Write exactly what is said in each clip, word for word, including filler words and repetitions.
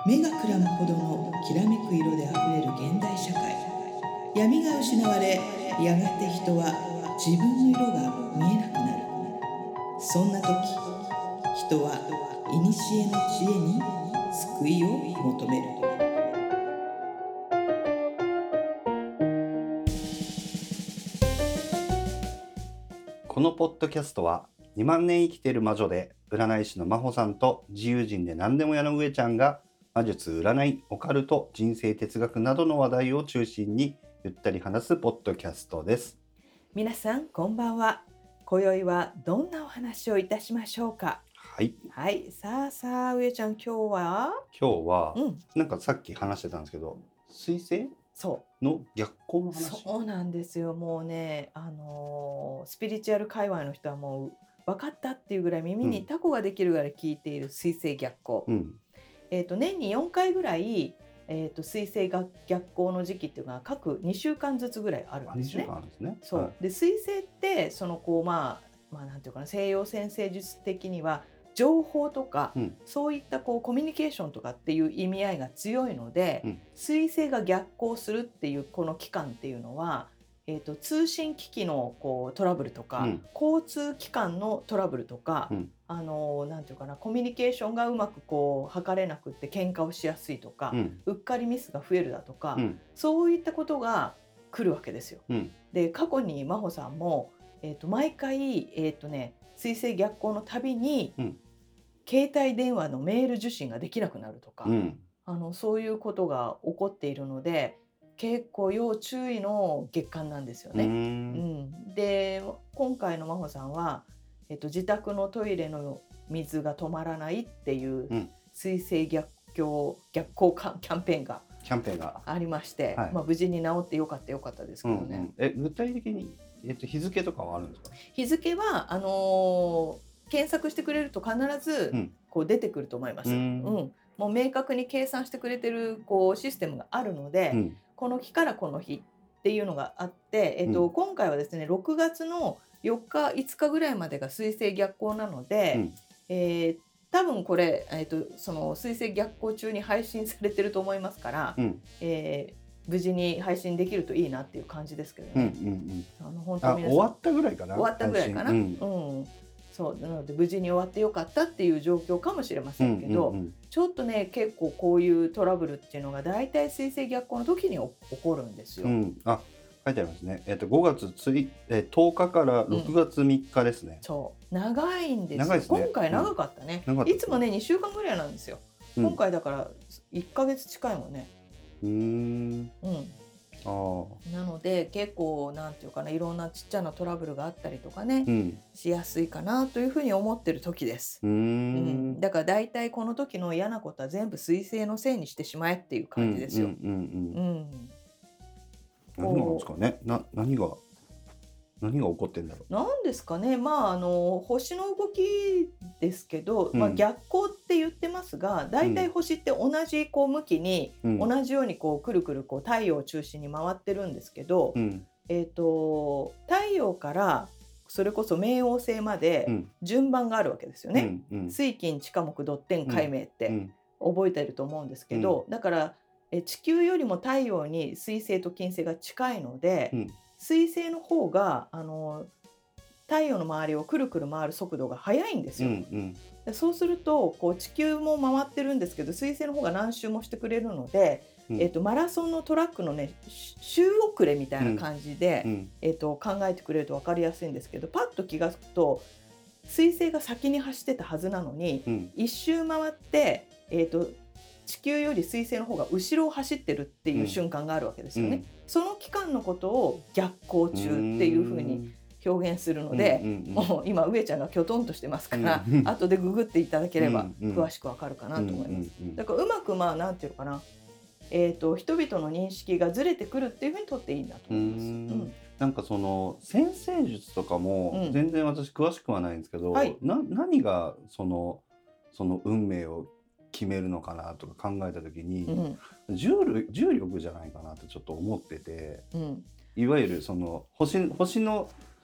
目がくらむほどのきらめく色であふれる現代社会。闇が失われ、やがて人は自分の色が見えなくなる。そんな時、人は古の知恵に救いを求める。 このポッドキャストはにまんねん生きている魔女で占い師の真帆さんと自由人で何でも屋の上ちゃんが魔術、占い、オカルト、人生哲学などの話題を中心にゆったり話すポッドキャストです。 皆さんこんばんは。今宵はどんなお話をいたしましょうか。 はいはい、さあさあ上ちゃん、今日は今日は、 うん、 なんかさっき話してたんですけど、水星そうの逆行の話。 そうなんですよ。もうね、あのースピリチュアル界隈の人はもう分かったっていうぐらい耳にタコができるぐらい聞いている水星逆行、 うんえー、と年によんかいぐらい、えー、と水星が逆行の時期っていうのが各にしゅうかんずつぐらいあるんですね。 にしゅうかんあるんですね。 そう、 はい、 で水星ってそのこう、まあ、まあなんていうかな、西洋占星術的には情報とか、 うん、 そういったこうコミュニケーションとかっていう意味合いが強いので、 うん、 水星が逆行するっていうこの期間っていうのは、えー、と通信機器のこうトラブルとか、 うん、 交通機関のトラブルとか、 うん、 あのなんていうかな、コミュニケーションがうまくこう測れなくって喧嘩をしやすいとか、 うん、 うっかりミスが増えるだとか、 うん、 そういったことが来るわけですよ。 うん、 で過去に真帆さんも、えー、と毎回、えーとね、水星逆行のたびに、 うん、 携帯電話のメール受信ができなくなるとか、 うん、 あのそういうことが起こっているので、結構要注意の月間なんですよね。 うーうんん、で今回の真帆さんは、えっと、自宅のトイレの水が止まらないっていううん、 水星逆行逆行キャンペーンがキャンペーンがありまして、 はい、 まあ、無事に治ってよかったよかったですけどね。 うんうん、え具体的に、えっと、日付とかはあるんですか？ 日付はあのー検索してくれると必ずこう出てくると思います。 ううんん、もう明確に計算してくれてるこうシステムがあるので、 うん、 この日からこの日っていうのがあって、えっとうん、 今回はですねろくがつのよっかいつかぐらいまでが水星逆行なので、 うんえー多分これ、えっとその水星逆行中に配信されてると思いますから、 うんえー無事に配信できるといいなっていう感じですけどね。 うんうんうん、 あの本当あ皆さん終わったぐらいかな、 終わったぐらいかな、 ううんん、そうなので無事に終わってよかったっていう状況かもしれませんけど、 うんうんうん、 ちょっとね結構こういうトラブルっていうのがだいたい水星逆行の時に起こるんですよ。 うん、あ書いてありますね。えっとごがつつい、えー、とおかからろくがつみっかですね。 うん、そう長いんですよ。 長いですね。 今回長かったね、 うん、長かったいつもねにしゅうかんぐらいなんですよ、うん、今回だからいっかげつ近いもんね。 うーん、 うんあなので結構なんていうかな、いろんなちっちゃなトラブルがあったりとかね、 うん、 しやすいかなというふうに思ってる時です。 うーん、 うん、だから大体この時の嫌なことは全部水星のせいにしてしまえっていう感じですよ。 うんうんうんううん、 ん、 何なんですかね。な何が何が起こってんだろう。 なんですかね、まああの星の動きですけど、 うんまあ、逆行って言ってますが、大体星って同じこう向きに、 うん、 同じようにこうくるくるこう太陽を中心に回ってるんですけど、 うん、 えーと、太陽からそれこそ冥王星まで順番があるわけですよね。 うんうん、 水金地火木土天海冥ってうん覚えてると思うんですけど、 うん、 だからえ地球よりも太陽に水星と金星が近いので、 うん、 水星の方があの太陽の周りをくるくる回る速度が速いんですよ。 うんうん、 でそうするとこう地球も回ってるんですけど、水星の方が何周もしてくれるので、 うん、 えっと、マラソンのトラックのね周遅れみたいな感じで、 うんえっと、考えてくれると分かりやすいんですけど、パッと気が付くと水星が先に走ってたはずなのに、 うん、 一周回って、えっと、地球より水星の方が後ろを走ってるっていう瞬間があるわけですよね。うん、その期間のことを逆行中っていうふうに表現するので、うんうんうん、もう今上ちゃんがきょとんとしてますから、うんうん、後でググっていただければ詳しくわかるかなと思います。だからうまくまあなんていうのかな、えーと、人々の認識がずれてくるっていうふうにとっていいんだと思います。うん、 なんかその占星術とかも全然私詳しくはないんですけど、うんはい、な何がそのその運命を決めるのかなとか考えた時に、うん、重力、重力じゃないかなってちょっと思ってて、うん、いわゆるその 星, 星の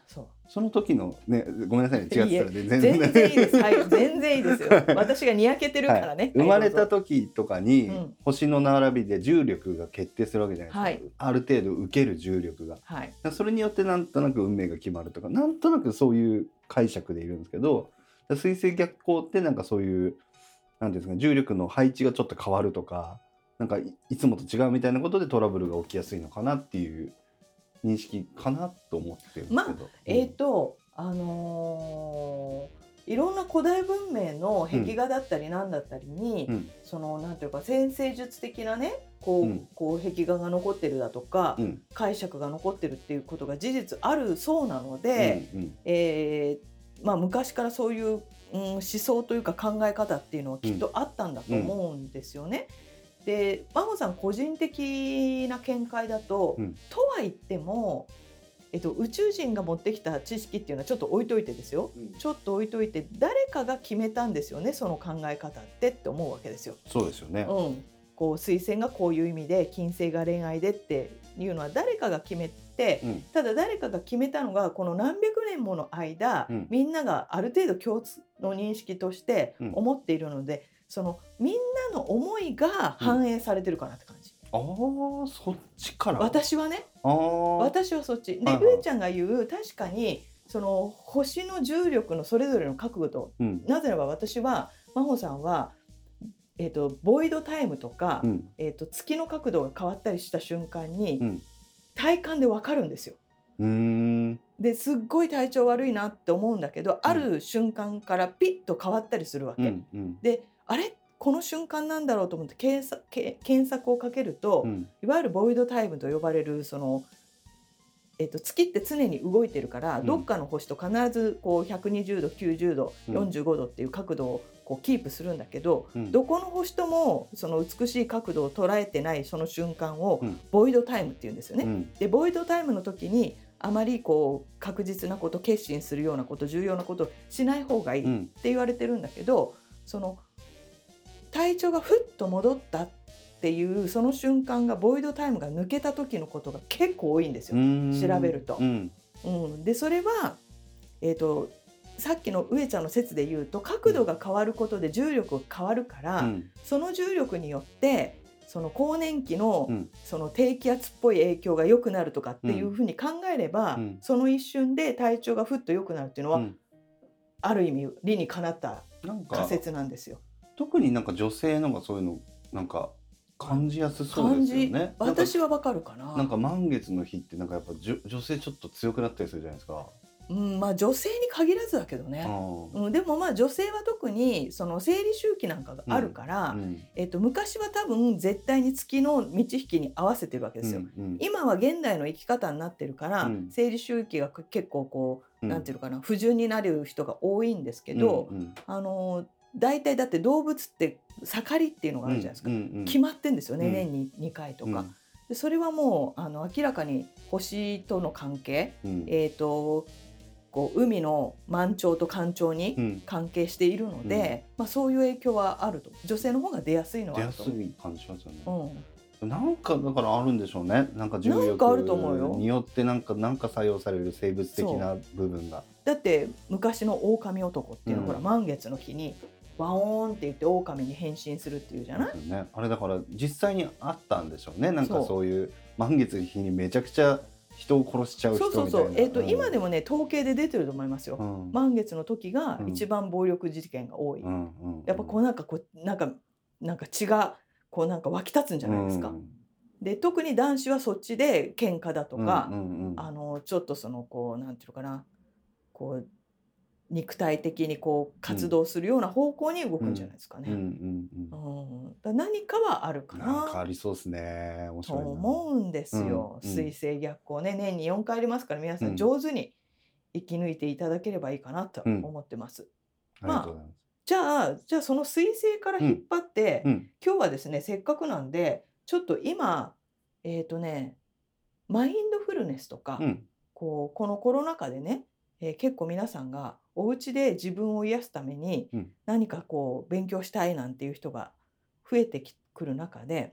そうその時のね、ごめんなさいね、違ってたらね、全全然いいです、はい、全然いいですよ。私がにやけてるからね、 はい、生まれたはい、 時とかに、 うん、 星の並びで重力が決定するわけじゃないですか、 はい、 ある程度受ける重力が、 はい、 それによってなんとなく運命が決まるとか、なんとなくそういう解釈でいるんですけど、水星逆行ってなんかそういうなんていうんですか、重力の配置がちょっと変わるとか、なんか い, いつもと違うみたいなことでトラブルが起きやすいのかなっていう認識かなと思ってるんですけど、 まあ、えっ、ー、と、うん、あのー、いろんな古代文明の壁画だったりなんだったりに、うん、そのなんていうか占星術的なねこう、うん、こう壁画が残ってるだとか、うん、解釈が残ってるっていうことが事実あるそうなので、うんうん、えーまあ、昔からそういう、うん、思想というか考え方っていうのはきっとあったんだと思うんですよね。うん、で真帆さん個人的な見解だと、うん、とは言ってもえっと、宇宙人が持ってきた知識っていうのはちょっと置いといてですよ、うん、ちょっと置いといて誰かが決めたんですよね、その考え方ってって思うわけですよ。 そうですよね、 うん、こう水星がこういう意味で金星が恋愛でっていうのは誰かが決めて、うん、ただ誰かが決めたのがこの何百年もの間、うん、みんながある程度共通の認識として思っているので、うん、そのみんなの思いが反映されてるかなって感じ、 うん、ああそっちから私はね、あ私はそっちで、はいはい、上ちゃんが言う確かにその星の重力のそれぞれの角度、うん、なぜならば私は真帆さんは、えーと、ボイドタイムとか、うん、えーと、月の角度が変わったりした瞬間に、うん、体感で分かるんですよ。うーんですっごい体調悪いなって思うんだけど、うん、ある瞬間からピッと変わったりするわけ、うんうん、であれこの瞬間なんだろうと思って検索、検索をかけると、うん、いわゆるボイドタイムと呼ばれるその、えっと、月って常に動いてるから、うん、どっかの星と必ずこうひゃくにじゅうどきゅうじゅうど、うん、よんじゅうごどっていう角度をこうキープするんだけど、うん、どこの星ともその美しい角度を捉えてないその瞬間をボイドタイムっていうんですよね、うん、でボイドタイムの時にあまりこう確実なこと決心するようなこと重要なことをしない方がいいって言われてるんだけど、その体調がふっと戻ったっていうその瞬間がボイドタイムが抜けた時のことが結構多いんですよ、調べると、うんうん、でそれは、えーと、さっきの上ちゃんの説で言うと角度が変わることで重力が変わるから、うん、その重力によってその更年期 の,、うん、その低気圧っぽい影響が良くなるとかっていうふうに考えれば、うん、その一瞬で体調がふっと良くなるっていうのは、うん、ある意味理にかなった仮説なんですよ。 特になんか女性のがそういうのなんか感じやすそうですよね。 私はわかるかな。 なんか満月の日ってなんかやっぱ女性ちょっと強くなったりするじゃないですか。 うん、まあ女性に限らずだけどね、うん、でもまあ女性は特にその生理周期なんかがあるから、うんうん、えっと、昔は多分絶対に月の満ち引きに合わせてるわけですよ、うんうん、今は現代の生き方になってるから、うん、生理周期が結構こう、うん、なんていうのかな不順になる人が多いんですけど、うんうん、あの大体だって動物って盛りっていうのがあるじゃないですか、うんうんうん、決まってんですよね、うん、年ににかいとか、うん、でそれはもうあの明らかに星との関係、うん、えっとこう海の満潮と干潮に関係しているので、うんまあ、そういう影響はあると。女性の方が出やすいのはあると思う。 出やすい感じしますよね、うん、なんかだからあるんでしょうね。なんか重力によってなんかなんか作用される生物的な部分が。 だって昔の狼男っていうのは、うん、ほら満月の日にワオーンって言って狼に変身するっていうじゃない、 ね、あれだから実際にあったんでしょうね。なんかそういう満月の日にめちゃくちゃ人を殺しちゃう人みたいな。そうそうそう、えーとうん、今でもね統計で出てると思いますよ、うん、満月の時が一番暴力事件が多い、うんうんうん、やっぱこうなんかこうなんかなんか血がこうなんか湧き立つんじゃないですか、うん、で特に男子はそっちで喧嘩だとか、うんうんうん、あのちょっとそのこうなんていうのかなこう肉体的にこう活動するような方向に動くんじゃないですかね。何かはあるかな。 なんかありそうですね。面白いな。 と思うんですよ。うんうん、水星逆行ね年によんかいありますから皆さん上手に生き抜いていただければいいかなと思ってます。うん、まあじゃあじゃあその水星から引っ張って、うんうん、今日はですねせっかくなんでちょっと今えっとねマインドフルネスとか、うん、こうこのコロナ禍でね、えー、結構皆さんがお家で自分を癒すために何かこう勉強したいなんていう人が増えてくる中で、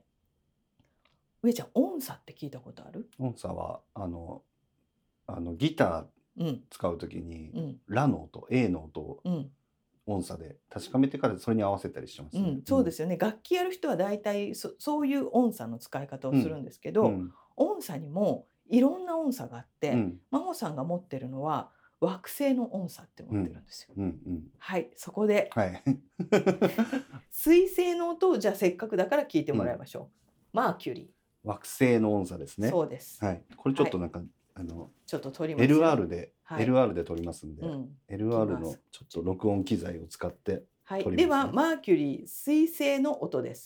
上ちゃん音叉って聞いたことある？ 音叉はあのあのギターうん使うときに、 うんラの音 A の音をうん音差で確かめてからそれに合わせたりしてますね。 うん、そうですよね。楽器やる人は大体そそういう音差の使い方をするんですけど、 うん音差にもいろんな音差があって、 うん真帆さんが持ってるのは惑星の音差って持ってるんですよ。 うんうんはい、そこではい水星の音をじゃあせっかくだから聞いてもらいましょう。マーキュリ惑星の音差ですー、 ね。 そうです。 はい。これちょっとなんか、あのちょっと取りますよ。 エルアール で、 はいエルアール で撮りますんで、 うん、 エルアールいきますのちょっと録音機材を使ってはい。 撮りますね。 ではマーキュリー水星の音です。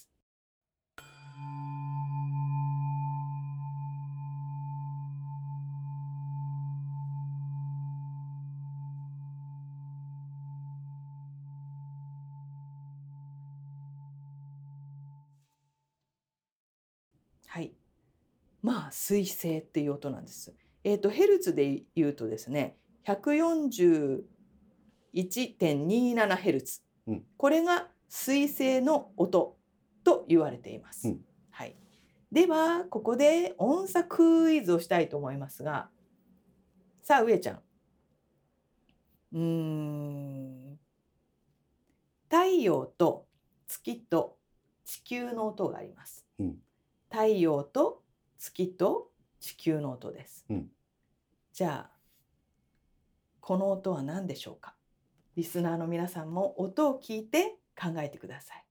はい。まあ水星っていう音なんです。えっ、とヘルツで言うとですね、ひゃくよんじゅういちてんにななヘルツ、 うん、 これが水星の音と言われています。 うん、 はい。ではここで音差クイズをしたいと思いますが、さあ上ちゃん、うーん太陽と月と地球の音があります。 うん、 太陽と月と地球の音です。 うん。 じゃあこの音は何でしょうか。リスナーの皆さんも音を聞いて考えてください。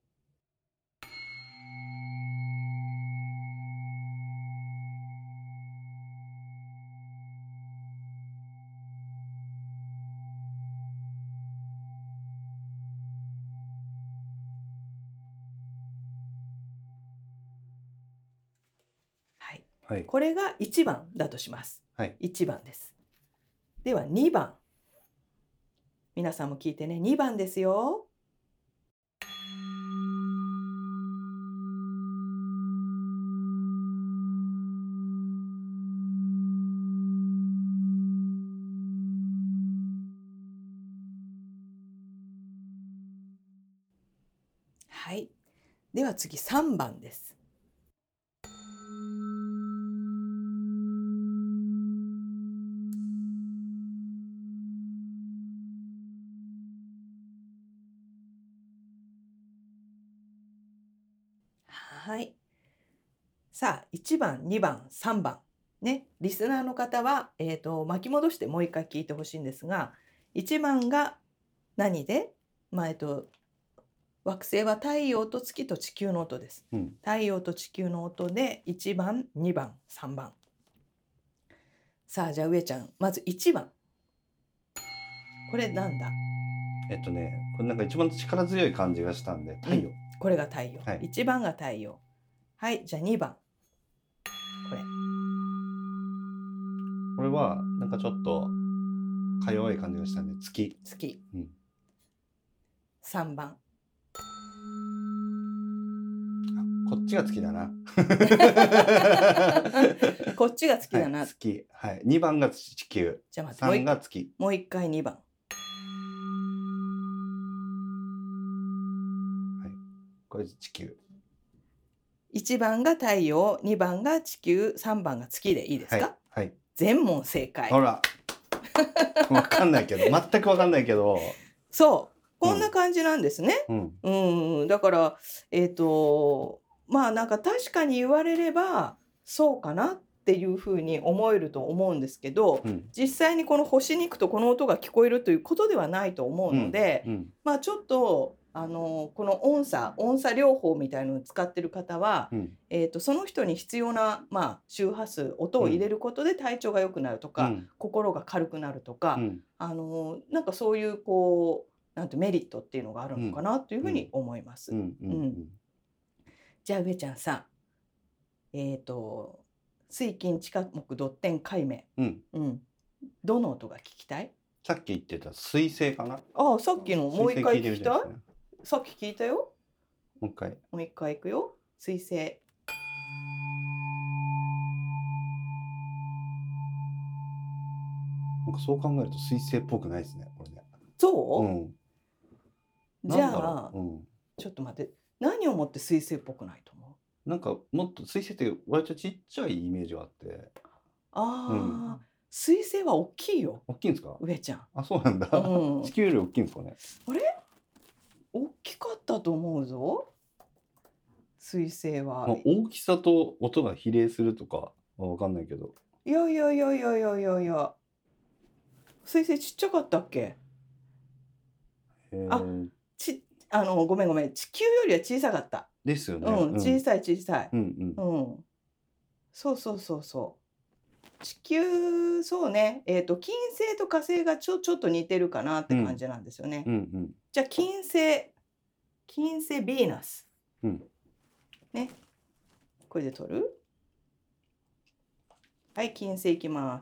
はい、 はい。 これがいちばんだとします。 はい。 いちばんです。ではにばん。皆さんも聞いてね、にばんですよ。はい。では次さんばんです。はい。さあいちばん、にばん、さんばんね、リスナーの方は、えーと、巻き戻してもう一回聞いてほしいんですが、いちばんが何で、まあえっと、惑星は太陽と月と地球の音です。 うん、 太陽と地球の音でいちばん、にばん、さんばん。さあじゃあ上ちゃん、まずいちばん。これなんだ。 えっとね、これなんか一番力強い感じがしたんで、太陽。 うん、これが太陽。 はいいちばんが太陽。はい、じゃあにばん。これ。 これはなんかちょっとか弱い感じがしたんで、月。 月。 うん、 さんばん。 こっちが月だな。 こっちが月だな。 はい、月。はい。にばんが地球。 じゃあ待って、 さんが月。 もう一回にばん。 はい。これ地球。 いちばんが太陽、にばんが地球、さんばんが月でいいですか？ はい。はい、 全問正解。 ほら。わかんないけど、全くわかんないけど。 そう、こんな感じなんですね。 うん。 うん、だからえっとまあなんか確かに言われればそうかなっていうふうに思えると思うんですけど、 うん、 実際にこの星に行くとこの音が聞こえるということではないと思うので、 うんうん、 まあちょっとあのこの音差音差療法みたいのを使ってる方は、 うん、 えーとその人に必要な、まあ、周波数音を入れることで体調が良くなるとか、 うん、 心が軽くなるとか、 うん、 あのなんかそういうこうなんてメリットっていうのがあるのかなというふうに思います。 うんうんうん、 じゃあ上ちゃんさ、えっ、と水金地下木土天海明、 うんうん、どの音が聞きたい？ さっき言ってた水星かな。 ああ、さっきのもう一回聞きたい。 水星聞いてみたいですね。 さっき聞いたよ。 もう一回。 もう一回いくよ。水星。 なんかそう考えると水星っぽくないですね、これね。 そう？ うん。 じゃなんだろあ、 う、うん、 ちょっと待って。何をもって水星っぽくないと思う？ なんかもっと水星って割とちっちゃいイメージがあって。 ああ、 水星は大きいよ、 大きいんですか？ 上ちゃん。 あ、そうなんだ。 うん地球より大きいんですかね。 あれ大きかったと思うぞ、水星は。 まあ、大きさと音が比例するとかはわかんないけど。 いやいやいやいやいやいやいや、水星ちっちゃかったっけ？あへーちあのごめんごめん、地球よりは小さかった。 ですよね。 うん、小さい小さい。 うんうんうん、そうそうそうそう。地球、そうね、えっと金星と火星がちょちょっと似てるかなって感じなんですよね。 うんうんじゃあ金星、金星ヴィーナスうんね、これで取る？はい、金星いきます。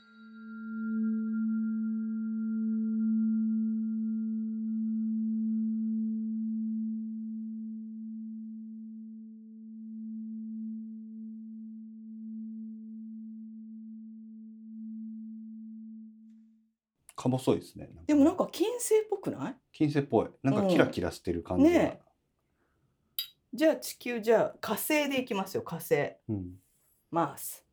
か細いですね。 でもなんか金星っぽくない？ 金星っぽい。なんかキラキラしてる感じが。 ねえ。じゃあ地球、じゃあ火星でいきますよ、火星。 うんマース。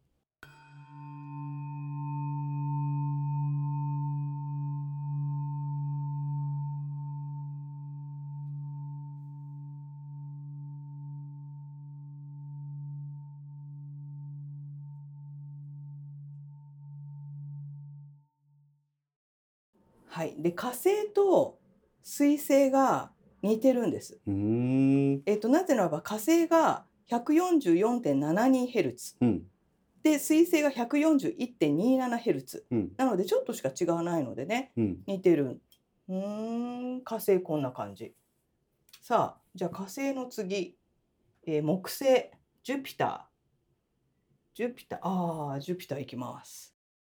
はい。で、火星と水星が似てるんです。 うーんえっと、なぜならば火星が ひゃくよんじゅうよんてんななにヘルツうんで、水星が ひゃくよんじゅういってんにななヘルツうんなのでちょっとしか違わないのでね、 うん似てる。うーん、火星こんな感じ。さあ、じゃあ火星の次、えー木星、ジュピター。ジュピター、ああ、ジュピター行きます。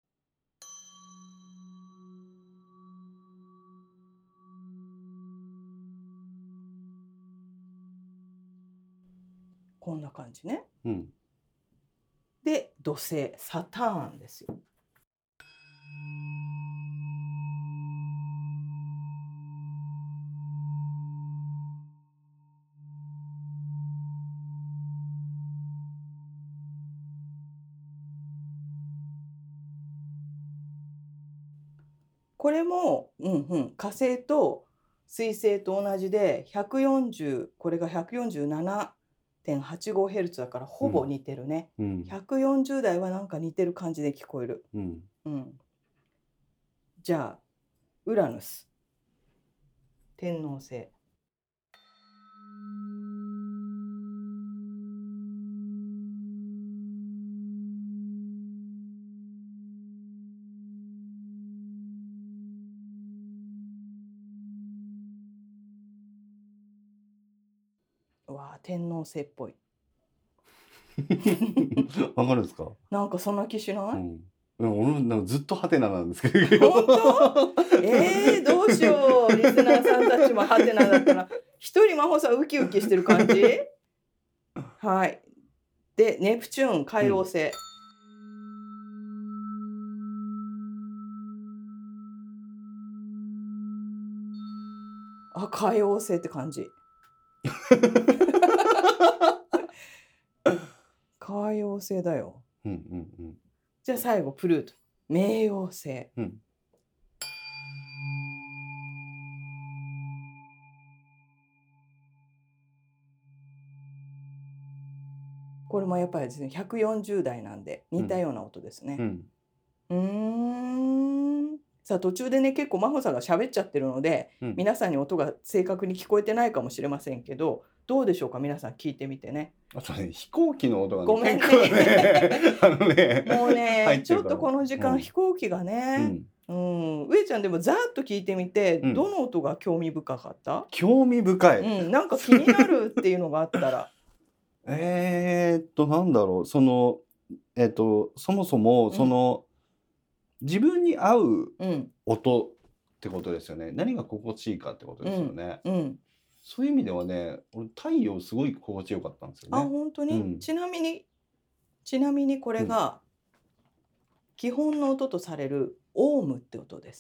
こんな感じね。 うんで、土星、サターンですよ。これも、うんうん、火星と水星と同じでひゃくよんじゅう、これが ひゃくよんじゅうななてんはちごヘルツ だからほぼ似てるね。 うんひゃくよんじゅう台はなんか似てる感じで聞こえる。 うんうん。じゃあ、ウラヌス、天王星。うわあ、天王星っぽい。 わかるんですか？ なんかそんな気しない？ うんでも俺もなんかずっとハテナなんですけど。 本当？えー、どうしよう。リスナーさんたちもハテナだったら、一人真帆さんウキウキしてる感じ？はい。で、ネプチューン、海王星。あ、海王星って感じ。海王星だよ。 うんうんうんじゃあ最後、プルート。冥王星。 うんこれもやっぱりですね、ひゃくよんじゅう台なんで似たような音ですね。 うんうーん。さあ途中でね結構真帆さんが喋っちゃってるので、 うん皆さんに音が正確に聞こえてないかもしれませんけど、どうでしょうか、皆さん聞いてみてね。 あとね、飛行機の音がね、 ごめんね結構ね、あのね、 もう入ねってるからちょっとこの時間、 うん飛行機がうね、 ん、 うん、上ちゃんでもざーっと聞いてみて、 うんどの音が興味深かった？ 興味深い。 うん、なんか気になるっていうのがあったら。 えーっと、なんだろう、その、えっと、そもそも、 うんその、自分に合ううん音ってことですよね。何が心地いいかってことですよね。 うん。 そういう意味ではね、俺、太陽すごい心地よかったんですよあ、 ね。 本当に、 うんちなみにちなみにこれが基本の音とされるオウムって音です。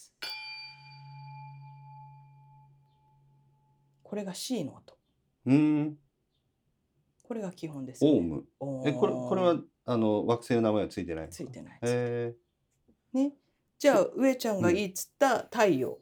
これが シー の音。 うーん、 これが基本ですよね。 オウム。 オえ、これ、これはーンあの惑星の名前はついてないんですか？ ついてない。ついてないへえ。 ね。じゃあ上ちゃんがいいっつった太陽。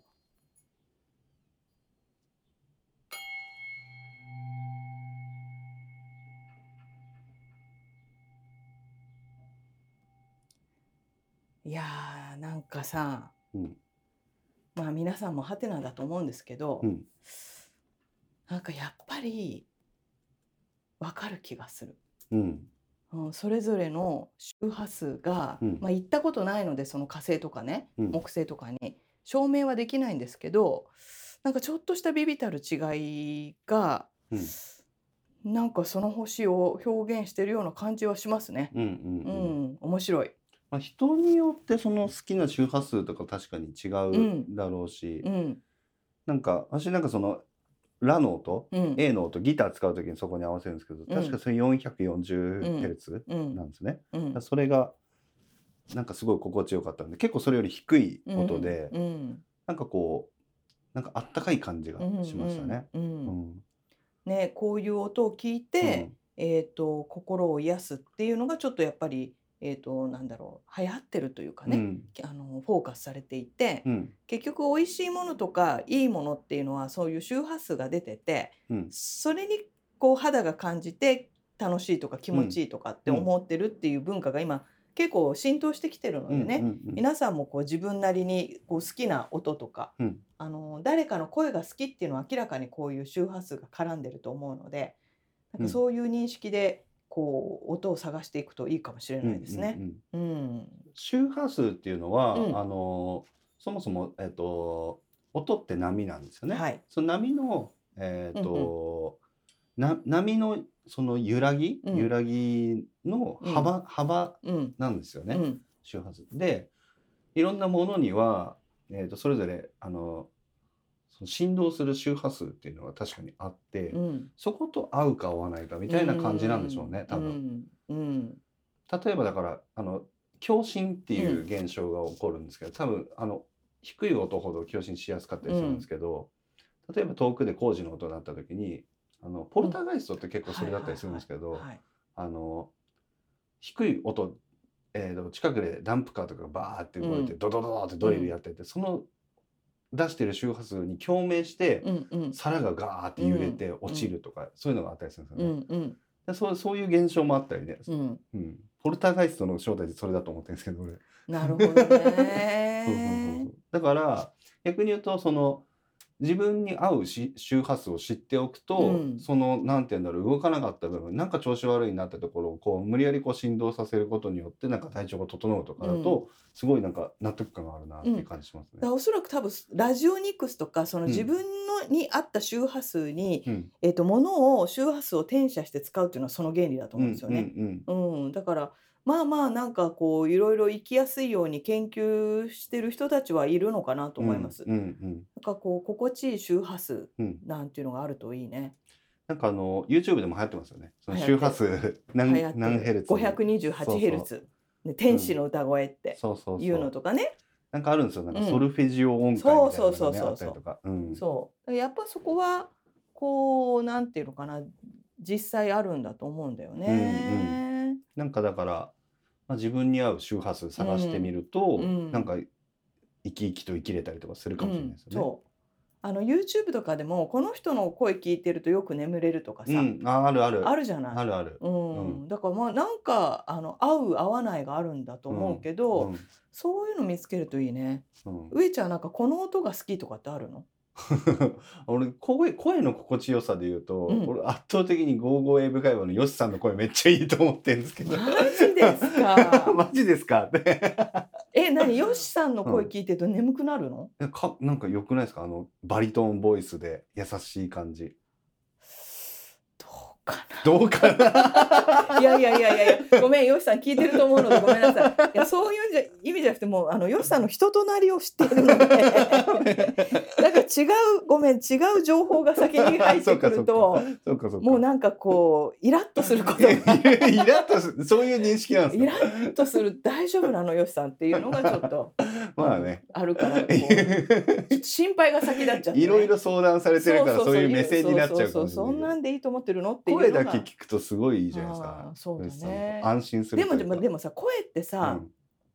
いやーなんかさ、 うんまあ皆さんもハテナだと思うんですけど、 うんなんかやっぱりわかる気がする。 うんうん、それぞれの周波数が、 うんまあ、行ったことないのでその火星とかね、 うん木星とかに証明はできないんですけど、なんかちょっとした微々たる違いがうんなんかその星を表現してるような感じはしますね。 うんううんうんん、面白い。 まあ、人によってその好きな周波数とか確かに違ううんだろうし、 うんなんか私なんかそのラの音、 うん A の音ギター使う時にそこに合わせるんですけど、 うん確かそれ よんひゃくよんじゅうヘルツうんなんですね。だからうんそれがなんかすごい心地よかったんで、結構それより低い音で、 うんなんかこうなんかあったかい感じがうんしましたね。 うんうんうんね、こういう音を聞いて、えー、と心を癒すっていうのがちょっとやっぱり、えー、となんだろう流行ってるというかね、 うんあのフォーカスされていて、 うん結局美味しいものとかいいものっていうのはそういう周波数が出てて、 うんそれにこう肌が感じて楽しいとか気持ちいいとかって思ってるっていう文化が今結構浸透してきてるのでね、 うんうんうん皆さんもこう自分なりにこう好きな音とか、 うんあの誰かの声が好きっていうのは明らかにこういう周波数が絡んでると思うので、なんかそういう認識でこう音を探していくといいかもしれないですね。 うんうんうんうん、 周波数っていうのは、 うんあのそもそも、えっと、音って波なんですよね。 はい。 その波の、えっうんとな波のその揺らぎ、 うん揺らぎの幅、幅うんなんですよね、 うん周波数。でいろんなものには、えっとそれぞれあのその振動する周波数っていうのが確かにあって、 うんそこと合うか合わないかみたいな感じなんでしょうね、多分。 うんうん例えばだからあの共振っていう現象が起こるんですけど、多分あの低い音ほど共振しやすかったりするんですけど、例えば遠くで工事の音になった時にあのポルターガイストって結構それだったりするんですけど、 はいあの低い音、えーと近くでダンプカーとかがバーって動いて、 うんドドドドってドリルやってて、その出してる周波数に共鳴して、 うんうん皿がガーって揺れて落ちるとか、そういうのがあったりするんですうよね。 んうんでそうそういう現象もあったりね、 うんうん、ポルターガイストの正体ってそれだと思ってるんですけど俺。 なるほどそうそうそうそね。 うだから逆に言うとその自分に合うし周波数を知っておくと、 うんそのなんて言うんだろう動かなかった部分なんか調子悪いなってところをこう無理やりこう振動させることによってなんか体調が整うとかだと、すごいなんか納得感があるなっていう感じしますね。 だからおそらく多分ラジオニクスとかそのうん自分のに合った周波数に、 うんえー、とものを周波数を転写して使うっていうのはその原理だとうん思うんですよね。 うんうんうん、だからまあまあなんかこういろいろ生きやすいように研究してる人たちはいるのかなと思います。 うんうんなんかこう心地いい周波数うんなんていうのがあるといいね。 なんかあの YouTube でも流行ってますよね。その流行ってる周波数流何行って何ヘルツごひゃくにじゅうはちヘルツで天使の歌声ってそうそうそういうのとかね。 なんかあるんですよ。なんかうんソルフェジオ音階みたいなのがね、 そうそうそうそうあったりとか。うんそうやっぱそこはこうなんていうのかな実際あるんだと思うんだよね。 なんかだから、まあ、自分に合う周波数探してみると、 うんなんか生き生きと生きれたりとかするかもしれないですよね。 うん、そうあの YouTube とかでもこの人の声聞いてるとよく眠れるとかさ、 うん、ああるあるあるじゃない。 あるある。 うんうんだからまあなんかあの合う合わないがあるんだと思うけど、 うんそういうの見つけるといいね。 うん上ちゃんなんかこの音が好きとかってあるの？ 俺声声の心地よさで言うと、 うん俺圧倒的にゴーゴーエイブ会話のヨシさんの声めっちゃいいと思ってるんですけど。 マジですか？ マジですかってえ、何よしさんの声聞いてると眠くなるの？ えかなんか良くないですか、あのバリトーンボイスで優しい感じ。 どうかどうかなな。いやいやいやいやいや、ごめんよしさん聞いてると思うのでごめんなさい。いやそういうんじゃ意味じゃなくてもうあのよしさんの人となりを知っているので、だから違うごめん違う情報が先に入ってくると、 そうかそうか。 もうなんかこうイラッとすることがイラッとすそういう認識なんですイよ。 ラッとする大丈夫なのよしさんっていうのがちょっとまあね。 あるからこう心配が先立っちゃって、ね、 いろいろ相談されてるからそういう目線になっちゃうかもしれない。 そうそうそうそんなんでいいと思ってるのっていうのが声だけ聞くとすごいいいじゃないですか。 あーそうだねヨシさんの安心するというか。 でもでもでもさ声ってさ、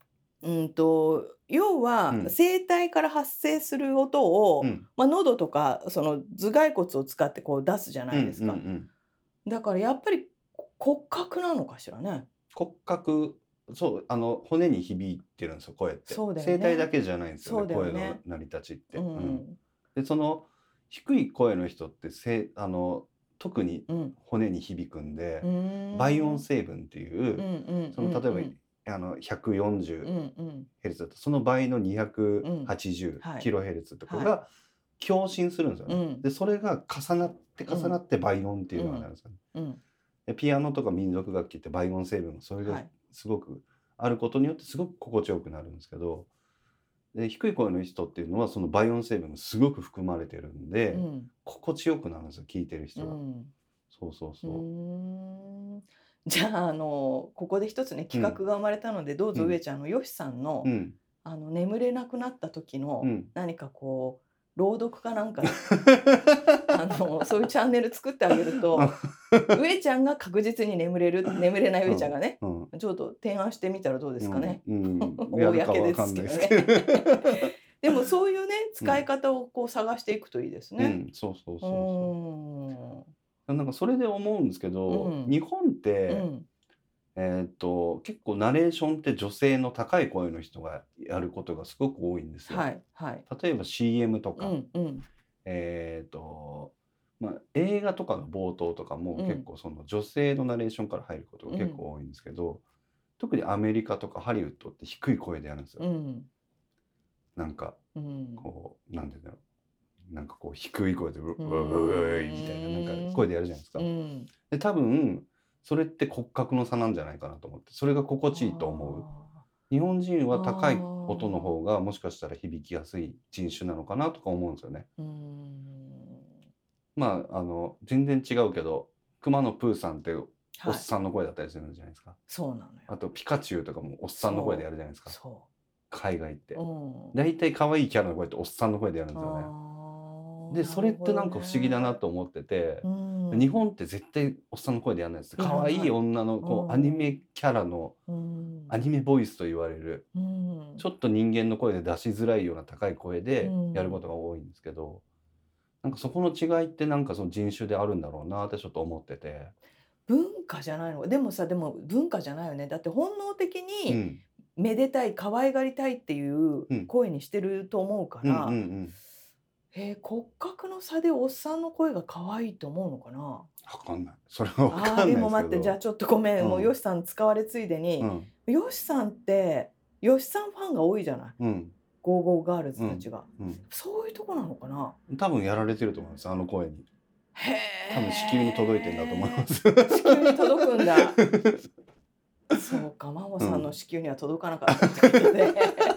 うんと要は、 うん声帯から発生する音を、 うんまあ、喉とかその頭蓋骨を使ってこう出すじゃないですか、 うんうんうん、 だからやっぱり骨格なのかしらね。 骨格、そうあの骨に響いてるんですよ声って。 そうだよね声帯だけじゃないんですよね、 そうだよね声の成り立ちって。 うんうんでその低い声の人ってせあの特にうん骨に響くんで、 うん倍音成分っていう、 うんうんその例えば、 うんあの ひゃくよんじゅううんうんヘルツ だとその倍のにひゃくはちじゅうはいキロヘルツとかはが共振するんですよね。 うんでそれが重なって重なって倍音っていうのがあるんですよね。 うんでピアノとか民族楽器って倍音成分がそれがはいすごくあることによってすごく心地よくなるんですけど、で低い声の人っていうのはその倍音成分がすごく含まれてるんで、 うん心地よくなるんですよ、聞いてるう人は。 んそうそううそう。 ーんじゃあ、あのここで一つね企画が生まれたので、どうぞうん上ちゃんのよしさんの、 うんあの眠れなくなった時の、 うん何かこう朗読かなんかあのそういうチャンネル作ってあげると上ちゃんが確実に眠れる眠れない上ちゃんがね、 うんちょっと提案してみたらどうですかね。 うんうん、やるかわかんないですけど。 でもそういうね使い方をこう探していくといいですね。 うん、そうそうそううそーんう。なんかそれで思うんですけど、 うん日本って、 うんえーっと結構ナレーションって女性の高い声の人がやることがすごく多いんですよ。 はいはい。 例えば シーエム とうか、 んうんえーっとまあ、映画とかの冒頭とかもうん結構その女性のナレーションから入ることが結構多いんですけど、特にアメリカとかハリウッドって低い声でやるんですよ。 うんなんかうんこうなんていうんだろう、なんかこう低い声で「うううんううい」みたいななんか声でやるじゃないですか。 うんで多分それって骨格の差なんじゃないかなと思って、それが心地いいと思う。日本人は高い音の方がもしかしたら響きやすい人種なのかなとか思うんですよね。 うーんまああの全然違うけど熊野プーさんっておはいっさんの声だったりするじゃないですか。 そうなのよ。 あとピカチュウとかもおっさんの声でやるじゃないですか。 そ海外ってう。うん大体可愛いキャラの声っておっさんの声でやるんですよね。 あーでそれってなんか不思議だなと思ってて、 うん日本って絶対おっさんの声でやらないです。 やらない可愛い女のこうんうアニメキャラのうんアニメボイスと言われるうんちょっと人間の声で出しづらいような高い声でうんやることが多いんですけど、なんかそこの違いってなんかその人種であるんだろうなってちょっと思ってて。 文化じゃないの。でもさ、でも文化じゃないよね。だって本能的うにんめでたい可愛がりたいっていううん声にしてると思うかうんうんうら、 ん。 えー骨格の差でおっさんの声が可愛いと思うのかな。 わかんない。それはわかんないあーですけど。 でも待って、じゃあちょっとごめん、 うんもうよしさん使われついでに、 うんよしさんってよしさんファンが多いじゃない。 うんゴーゴーガールズたちが、 うん。 そういうとこなのかな。 多分やられてると思います、あの声に。 へえ。 多分子宮に届いてんだと思います。 子宮に届くんだ。そうか、真帆さんの子宮には届かなかったってことで。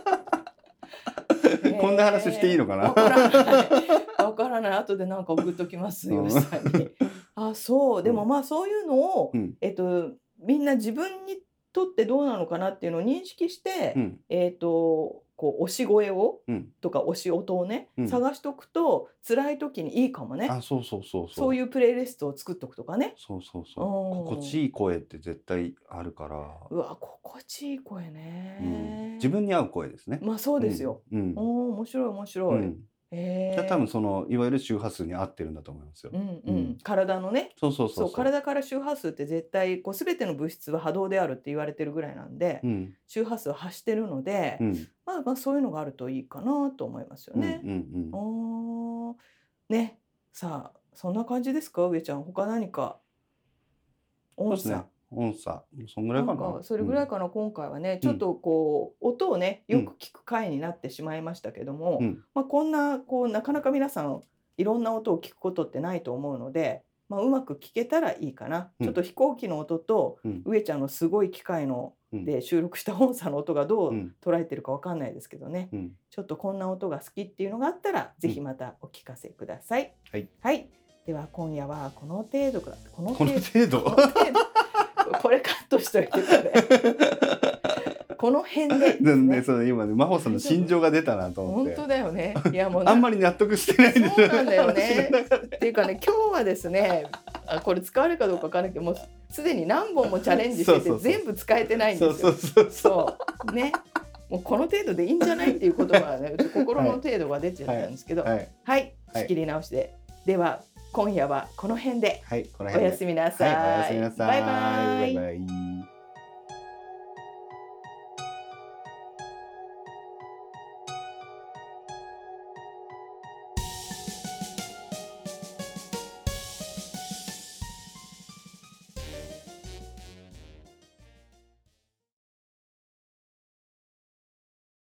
こんな話していいのかな。 わからない。わからない。後でなんか送っときますよ、 うんしさんに。あ、そう。でもまあそういうのを、 うんえっとみんな自分にとってどうなのかなっていうのを認識して、 うんえっとこう推し声をうん。 とか推し音をね、 うん探しとくと辛い時にいいかもね。 あ、そうそうそうそう。 そういうプレイリストを作っとくとかね。 そうそうそう。 うん心地いい声って絶対あるから。 うわ、心地いい声うん、 ね。 自分に合う声ですね。 まあそうですよ。 うん。 おお、面白い面白い。 うん。 へえ。 じゃあ多分そのいわゆる周波数に合ってるんだと思いますよ。 うんううんん。 体のね、 そうそうそそううそう。 体から周波数って絶対こう全ての物質は波動であるって言われてるぐらいなんで、 うん周波数を発してるので、 うんまあまあそういうのがあるといいかなと思いますようんね。 うんうん。 おーね、さあそんな感じですか、上ちゃん。他何か音差。 そうですね。音差。そんぐらいかな。 なんかそれぐらいかな、今回はねちょっとこう音をねよく聞く回になってしまいましたけども、 うんまあ、こんなこうなかなか皆さんいろんな音を聞くことってないと思うので、まあ、うまく聞けたらいいかな、 うんちょっと飛行機の音とうん上ちゃんのすごい機械のうんで収録した音差の音がどううん捉えてるかわかんないですけどね、 うん。 ちょっとこんな音が好きっていうのがあったらぜひまたお聞かせください。 はい。 はい、では今夜はこの程度かこのこ程度の程度。 この程度これカットしといてこれこの辺でですね、 ね。 その今ね、真帆さんの心情が出たなと思って。 本当だよね。いやもうなあんまり納得してないんですそうなんだよね私の中でっていうかね、今日はですね、あこれ使われるかどうかわからないけど、もうすでに何本もチャレンジしててそうそうそう全部使えてないんですよ。 そうそうそうそう。 そうね。 もうこの程度でいいんじゃないっていう言葉はね心の程度が出ちゃったんですけど、はい、はいはい、仕切り直しで、では今夜はこの辺で、 はい、この辺でおやすみなさい、 はい、おやすみなさい、 バイバイ。 バイバイ。